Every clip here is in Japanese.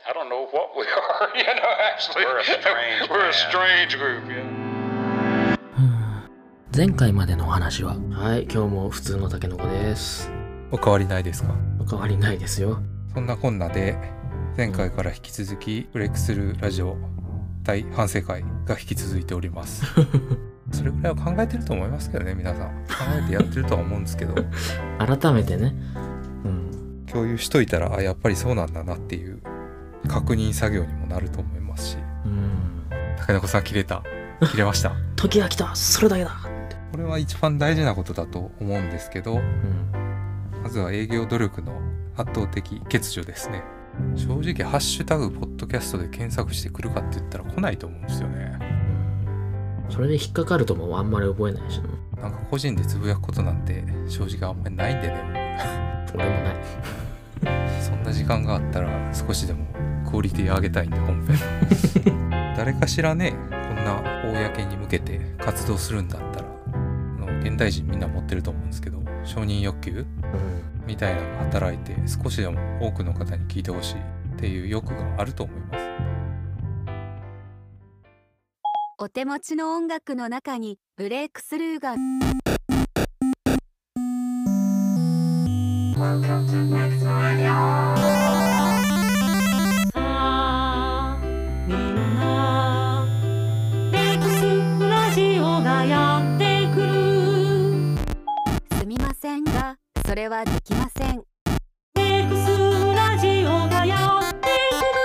I don't know what we are. Actually, we're a strange group. Yeah. 前回までのお話は、はい、今日も普通のタケノコです。 お変わりないですか？ お変わりないですよ。 そんなこんなで前回から引き続きブレイクスルーラジオ大反省会が引き続いておりますそれぐらいは考えてると思いますけどね、皆さん考えてやってるとは思うんですけど改めてね、 共有しといたらやっぱりそうなんだなっていう確認作業にもなると思いますし、竹中さん切れました時が来た、それだけだ。 これは一番大事なことだと思うんですけど、まずは営業努力の圧倒的欠如ですね。正直ハッシュタグポッドキャストで検索してくるかって言ったら来ないと思うんですよね。 それで引っかかるともあんまり覚えないし、 なんか個人でつぶやくことなんて正直あんまりないんでね俺もないそんな時間があったら少しでもクオリティ上げたいんで本編誰かしらね、こんな公に向けて活動するんだったら現代人みんな持ってると思うんですけど、承認欲求、みたいなのが働いて少しでも多くの方に聞いてほしいっていう欲があると思います。 お手持ちの音楽の中にブレイクスルーがみんなブレイクスラジオがやってくる。すみませんがそれはできません。ブレイクスラジオがやってくる。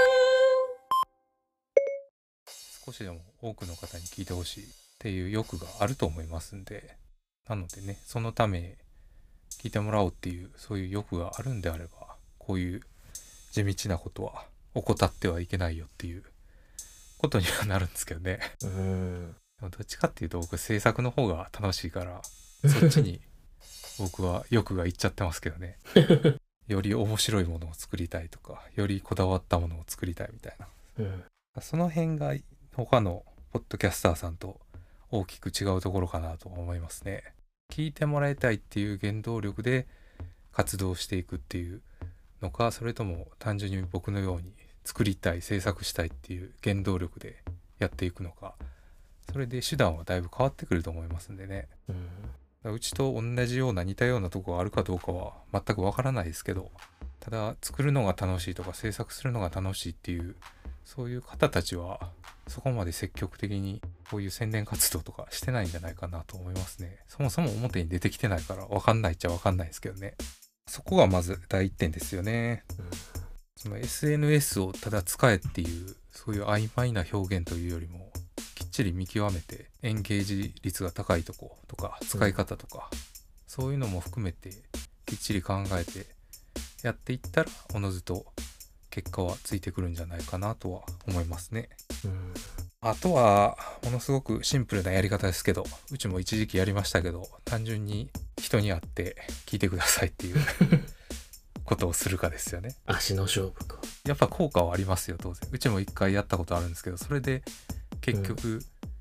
少しでも多くの方に聞いてほしいっていう欲があると思いますんで、なのでね、そのため聞いてもらおうっていうそういう欲があるんであれば、こういう地道なことは怠ってはいけないよっていうことにはなるんですけどね。でもどっちかっていうと僕制作の方が楽しいからそっちに僕は欲がいっちゃってますけどねより面白いものを作りたいとか、よりこだわったものを作りたいみたいな、その辺が他のポッドキャスターさんと大きく違うところかなと思いますね。聞いてもらいたいっていう原動力で活動していくっていうのか、それとも単純に僕のように作りたい、制作したいっていう原動力でやっていくのか、それで手段はだいぶ変わってくると思いますんでね。うちと同じような似たようなとこがあるかどうかは全くわからないですけど、ただ作るのが楽しいとか制作するのが楽しいっていうそういう方たちはそこまで積極的にこういう宣伝活動とかしてないんじゃないかなと思いますね。そもそも表に出てきてないから分かんないっちゃ分かんないですけどね。そこがまず第一点ですよね。その SNS をただ使えっていうそういう曖昧な表現というよりも、きっちり見極めてエンゲージ率が高いとことか使い方とか、そういうのも含めてきっちり考えてやっていったらおのずと結果はついてくるんじゃないかなとは思いますね。あとはものすごくシンプルなやり方ですけど、うちも一時期やりましたけど、単純に人に会って聞いてくださいっていうことをするかですよね。 足の勝負か。 やっぱ効果はありますよ、当然。うちも一回やったことあるんですけど、それで結局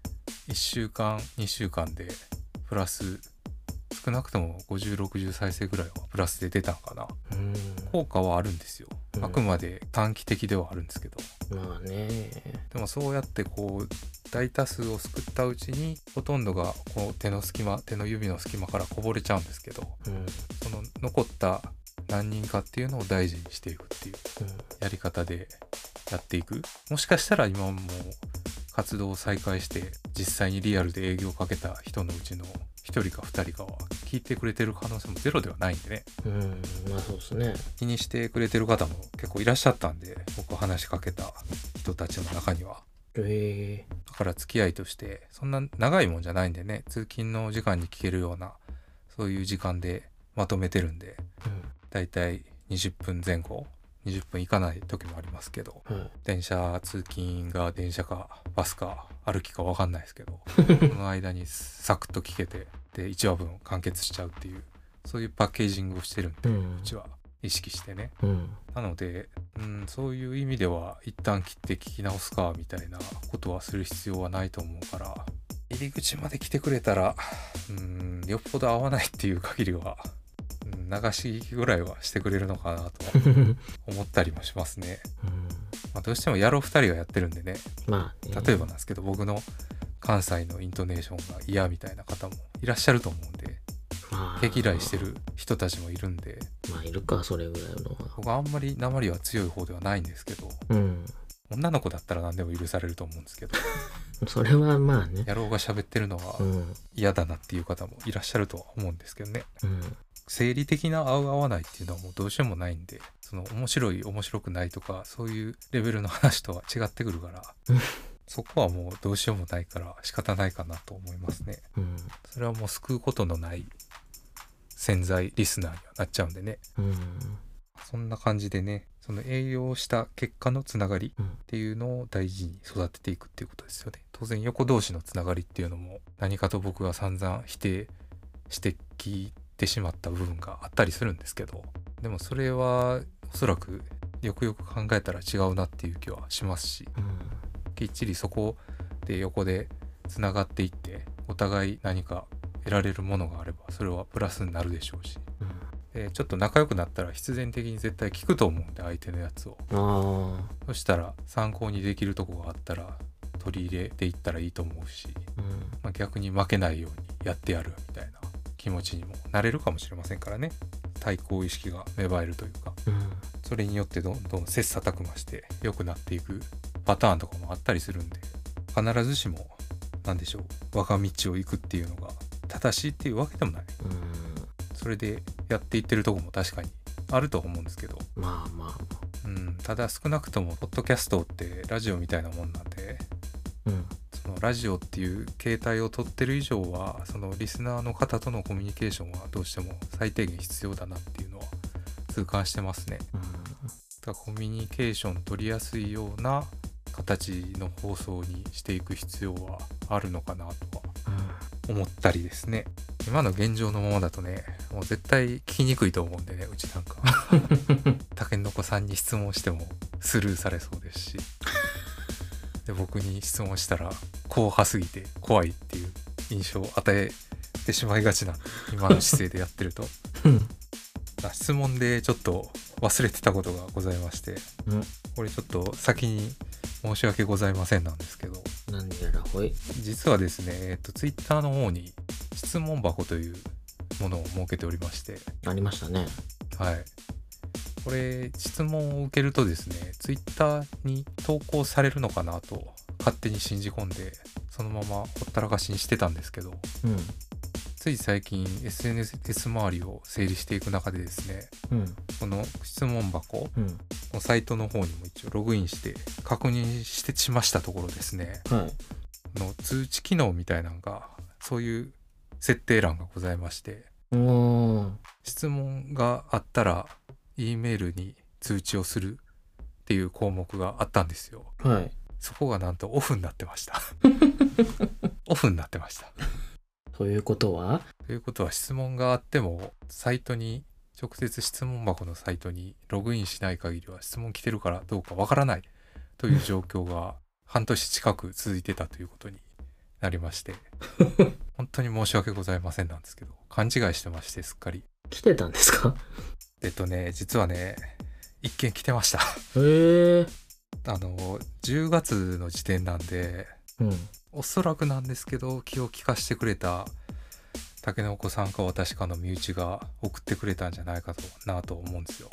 1週間2週間でプラス少なくとも50、60再生ぐらいはプラスで出たのかな。効果はあるんですよ。あくまで短期的ではあるんですけど。 まあね。 でもそうやってこう大多数を救ったうちにほとんどがこう手の指の隙間からこぼれちゃうんですけど、その残った何人かっていうのを大事にしていくっていうやり方でやっていく。もしかしたら今も活動を再開して実際にリアルで営業をかけた人のうちの1人か2人かは聞いてくれてる可能性もゼロではないんでね。 まあそうですね。 気にしてくれてる方も結構いらっしゃったんで、僕話しかけた人たちの中には。だから付き合いとしてそんな長いもんじゃないんでね、通勤の時間に聞けるようなそういう時間でまとめてるんで、だいたい20分前後、20分いかない時もありますけど、電車通勤が電車かバスか歩きか分かんないですけどその間にサクッと聞けて、で1話分完結しちゃうっていう、そういうパッケージングをしてるんで、うちは意識してね。なので、そういう意味では一旦切って聞き直すかみたいなことはする必要はないと思うから、入り口まで来てくれたらよっぽど合わないっていう限りは流し聞きぐらいはしてくれるのかなと思ったりもしますね。 どうしても野郎2人がやってるんでね、 まあ、 例えばなんですけど僕の関西のイントネーションが嫌みたいな方もいらっしゃると思うんで、 まあ、 毛嫌いしてる人たちもいるんで、 まあいるか、それぐらいのは。 僕はあんまり訛りは強い方ではないんですけど、 うん。 女の子だったら何でも許されると思うんですけどそれはまあね。 野郎が喋ってるのは嫌だなっていう方もいらっしゃるとは思うんですけどね、 うん。 生理的な合う合わないっていうのはもうどうしようもないんで、その面白い面白くないとかそういうレベルの話とは違ってくるからそこはもうどうしようもないから仕方ないかなと思いますね。 うん。 それはもう救うことのない潜在リスナーにはなっちゃうんでね、 うん。 そんな感じでね、その栄養した結果のつながりうんっていうのを大事に育てていくっていうことですよね。当然横同士のつながりっていうのも何かと僕は散々否定してきてしまった部分があったりするんですけど、でもそれはおそらくよくよく考えたら違うなっていう気はしますし、きっちりそこで横でつながっていってお互い何か得られるものがあればそれはプラスになるでしょうし、ちょっと仲良くなったら必然的に絶対聞くと思うんで相手のやつを。そしたら参考にできるとこがあったら取り入れていったらいいと思うし、逆に負けないようにやってやるみたいな気持ちにもなれるかもしれませんからね。対抗意識が芽生えるというか、それによってどんどん切磋琢磨して良くなっていくパターンとかもあったりするんで、必ずしも何でしょう、我が道を行くっていうのが正しいっていうわけでもない、それでやっていってるとこも確かにあると思うんですけど、 まあまあ、 ただ少なくともポッドキャストってラジオみたいなもんなんで、そのラジオっていう形態を取ってる以上はそのリスナーの方とのコミュニケーションはどうしても最低限必要だなっていうのは痛感してますね。だからコミュニケーション取りやすいような形の放送にしていく必要はあるのかなとは思ったりですね。今の現状のままだとね、もう絶対聞きにくいと思うんでね、うちなんかたけのこさんに質問してもスルーされそうですしで僕に質問したら硬派すぎて怖いっていう印象を与えてしまいがちな今の姿勢でやってると質問でちょっと忘れてたことがございまして、これちょっと先に申し訳ございませんなんですけど、 何やらほい。 実はですね、ツイッターの方に質問箱というものを設けておりまして。 ありましたね。 はい。これ質問を受けるとですね、ツイッターに投稿されるのかなと勝手に信じ込んでそのままほったらかしにしてたんですけど、つい最近 SNS 周りを整理していく中でですね、この質問箱のサイトの方にも一応ログインして確認してしましたところですね、の通知機能みたいなのがそういう設定欄がございまして、質問があったら E メールに通知をするっていう項目があったんですよ。そこがなんとオフになってましたオフになってました。 ということは質問があってもサイトに直接質問箱のサイトにログインしない限りは質問来てるからどうかわからないという状況が半年近く続いてたということになりまして本当に申し訳ございませんなんですけど、勘違いしてまして、すっかり来てたんですか？ 実はね、一件来てました 10 月の時点なんで、おそらくなんですけど気を利かしてくれたたけのこさんか私かの身内が送ってくれたんじゃないかなと思うんですよ。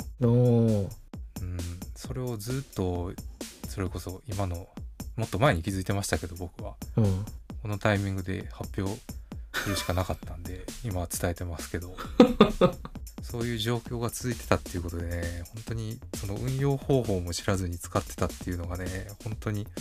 それをずっとそれこそ今のもっと前に気づいてましたけど僕は、このタイミングで発表するしかなかったんで今は伝えてますけどそういう状況が続いてたっていうことでね、本当にその運用方法も知らずに使ってたっていうのがね、本当に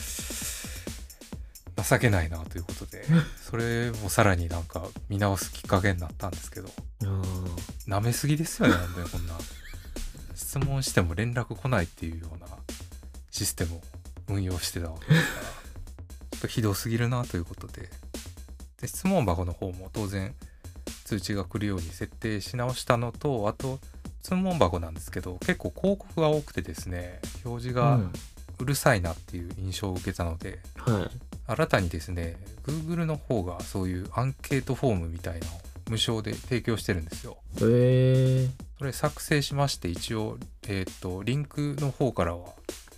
情けないなということで、それもさらになんか見直すきっかけになったんですけど、舐めすぎですよね、本当にこんな質問しても連絡来ないっていうようなシステムを運用してたわけですから、ちょっとひどすぎるなということで、質問箱の方も当然通知が来るように設定し直したのと、あと質問箱なんですけど結構広告が多くてですね、表示がうるさいなっていう印象を受けたので、新たにですね Google の方がそういうアンケートフォームみたいなのを無償で提供してるんですよ。それ作成しまして、一応リンクの方からはそ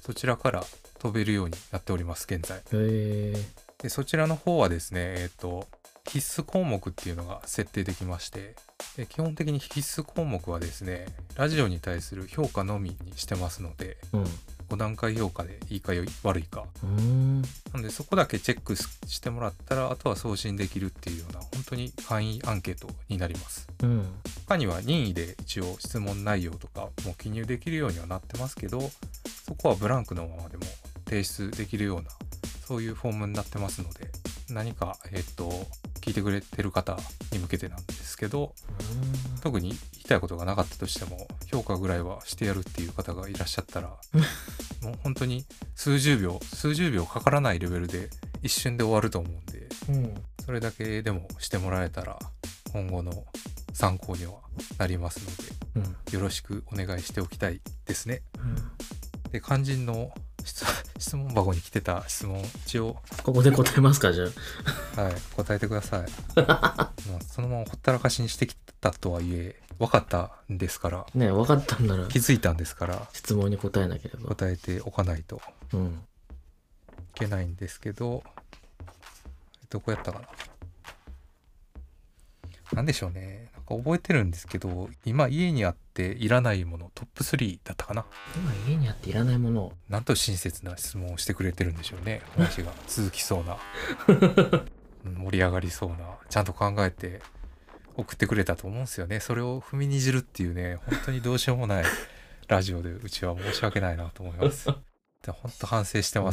そちらから飛べるようになっております、現在。 へえ。 でそちらの方はですね、必須項目っていうのが設定できまして、で基本的に必須項目はですね、ラジオに対する評価のみにしてますので、 うん。 5段階評価でいいか悪いか。 うん。 なのでそこだけチェックしてもらったら、あとは送信できるっていうような、本当に簡易アンケートになります。 うん。 他には任意で一応質問内容とかも記入できるようにはなってますけど、そこはブランクのままでも提出できるような、そういうフォームになってますので、何か聞いてくれてる方に向けてなんですけど、特に言いたいことがなかったとしても評価ぐらいはしてやるっていう方がいらっしゃったらもう本当に数十秒かからないレベルで一瞬で終わると思うんで、それだけでもしてもらえたら今後の参考にはなりますので、よろしくお願いしておきたいですね。で、肝心の質問箱に来てた質問、一応ここで答えますか、じゃあ。 はい、答えてください。まあそのままほったらかしにしてきたとはいえ分かったんですから、 ねえ、分かったんなら気づいたんですから質問に答えなければ。 答えておかないとうん。 いけないんですけど、どこやったかな。なんでしょうね。なんか覚えてるんですけど、今家にあっていらないものトップ3だったかな。 今家にあっていらないもの。 なんと親切な質問をしてくれてるんでしょうね。話が続きそうな、盛り上がりそうな、ちゃんと考えて送ってくれたと思うんですよね。それを踏みにじるっていうね、本当にどうしようもないラジオでうちは申し訳ないなと思います。で本当反省してます。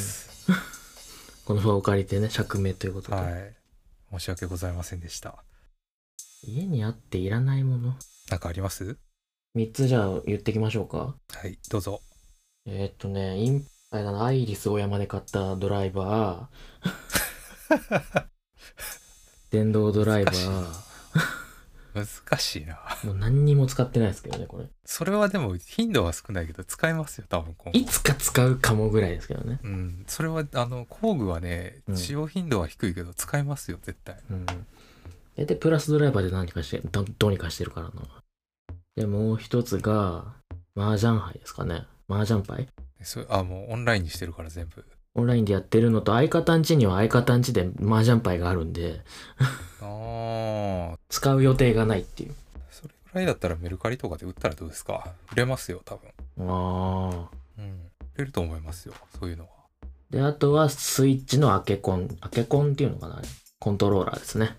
この場を借りてね、釈明ということで。 はい。申し訳ございませんでした。 家にあっていらないもの。 なんかあります？ 3 つじゃあ言ってきましょうか。 はい、どうぞ。 あれだな、アイリスオーヤマで買ったドライバー、電動ドライバー、 難しいな。 もう何にも使ってないですけどね、これ。 それはでも頻度は少ないけど使えますよ、多分今後。 いつか使うかもぐらいですけどね。 うん、それは工具はね、使用頻度は低いけど使えますよ、絶対。 うん。で、プラスドライバーで何かしてどうにかしてるからな。で、もう一つが、麻雀牌ですかね。麻雀牌？ もうオンラインにしてるから全部。 オンラインでやってるのと、相方ん家には相方ん家で麻雀牌があるんで、使う予定がないっていう。 それぐらいだったらメルカリとかで売ったらどうですか？売れますよ、多分。売れると思いますよ、そういうのは。 で、あとはスイッチのアケコンっていうのかな、あれ。コントローラーですね。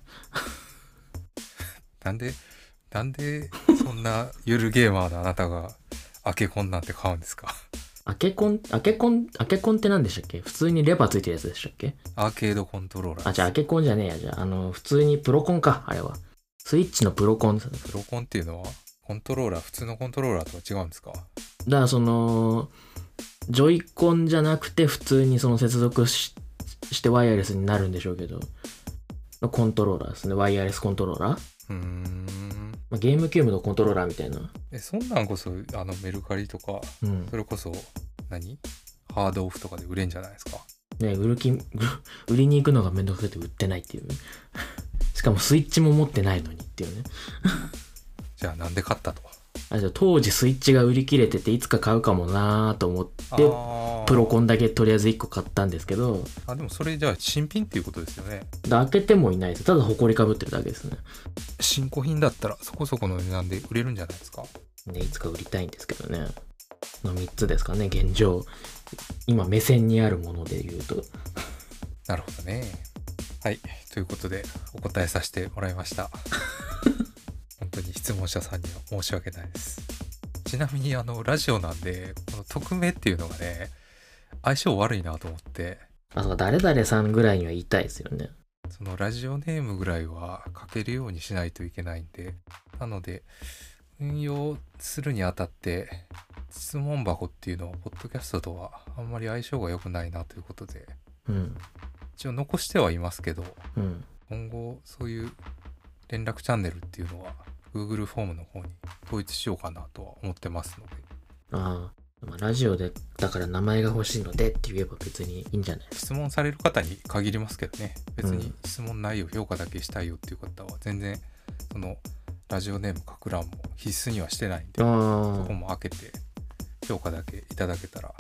なんでそんなゆるゲーマーなあなたがアケコンなんて買うんですか？ アケコンって何でしたっけ？普通にレバーついてるやつでしたっけ？ アーケードコントローラー。 じゃあアケコンじゃねえや。じゃあ、普通にプロコンか、あれは。スイッチのプロコンですね。 プロコンっていうのはコントローラー、普通のコントローラーとは違うんですか？ だからジョイコンじゃなくて普通に接続してワイヤレスになるんでしょうけど、コントローラーですね。ワイヤレスコントローラー。ゲームキューブのコントローラーみたいな。 そんなんこそメルカリとか、それこそハードオフとかで売れんじゃないですか。 ね、売りに行くのがめんどくさくて売ってないっていう。しかもスイッチも持ってないのにっていうね。 じゃあなんで買ったと？ じゃあ当時スイッチが売り切れてていつか買うかもなーと思ってプロコンだけとりあえず1個買ったんですけど。 でもそれじゃあ新品っていうことですよね。 開けてもいないです。ただ埃かぶってるだけですね。 新古品だったらそこそこの値段で売れるんじゃないですかね。いつか売りたいんですけどね。の3つですかね、現状今目線にあるもので言うと。 なるほどね。はい、ということでお答えさせてもらいました。本当に質問者さんには申し訳ないです。ちなみにラジオなんでこの匿名っていうのがね、相性悪いなと思って。 そう、誰々さんぐらいには言いたいですよね。 そのラジオネームぐらいは書けるようにしないといけないんで、なので運用するにあたって質問箱っていうのはポッドキャストとはあんまり相性が良くないなということで、一応残してはいますけど、今後そういう連絡チャンネルっていうのは Google フォームの方に統一しようかなとは思ってますので。 ラジオでだから名前が欲しいのでって言えば別にいいんじゃないですか。 質問される方に限りますけどね。別に質問内容評価だけしたいよっていう方は全然そのラジオネーム書く欄も必須にはしてないんで、そこも開けて評価だけいただけたら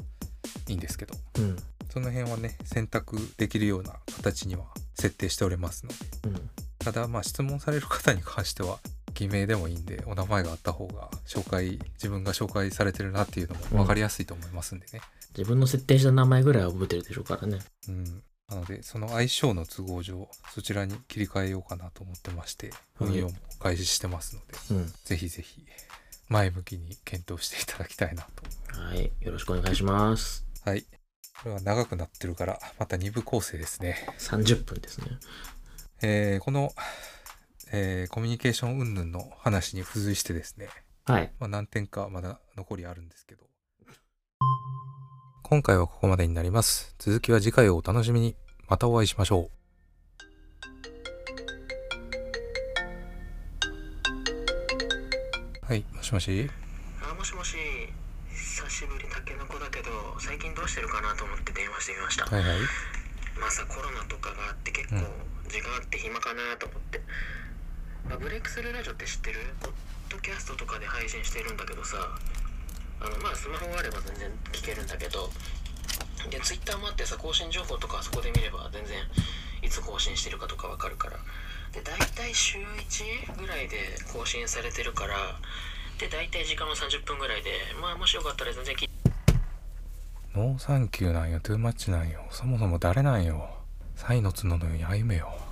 いいんですけど、 うん。 その辺はね選択できるような形には設定しておりますので、 うん。 ただまあ質問される方に関しては偽名でもいいんでお名前があった方が自分が紹介されてるなっていうのも分かりやすいと思いますんでね、 自分の設定した名前ぐらいは覚えてるでしょうからね。 うん、なのでその相性の都合上そちらに切り替えようかなと思ってまして運用も開始してますので、 うん。 ぜひぜひ前向きに検討していただきたいなと。 はい。よろしくお願いします。 はい、これは長くなってるからまた2部構成ですね。 30分ですね。 この、コミュニケーション云々の話に付随してですね、 はい。 何点かまだ残りあるんですけど、今回はここまでになります。続きは次回をお楽しみに。またお会いしましょう。はい、もしもし。 もしもし、久しぶりタケノコだけど最近どうしてるかなと思って電話してみました。 はいはい。 まあさ、コロナとかがあって結構時間あって暇かなと思って、ブレイクスルーラジオって知ってる？ポッドキャストとかで配信してるんだけどさ、スマホがあれば全然聞けるんだけど、でツイッターもあってさ、更新情報とかそこで見れば全然いつ更新してるかとかわかるから、で大体週1ぐらいで更新されてるから、で大体時間は30分ぐらいで、もしよかったら全然ノーサンキューなんよ、トゥーマッチなんよ、そもそも誰なんよ、サイの角のように歩めよ。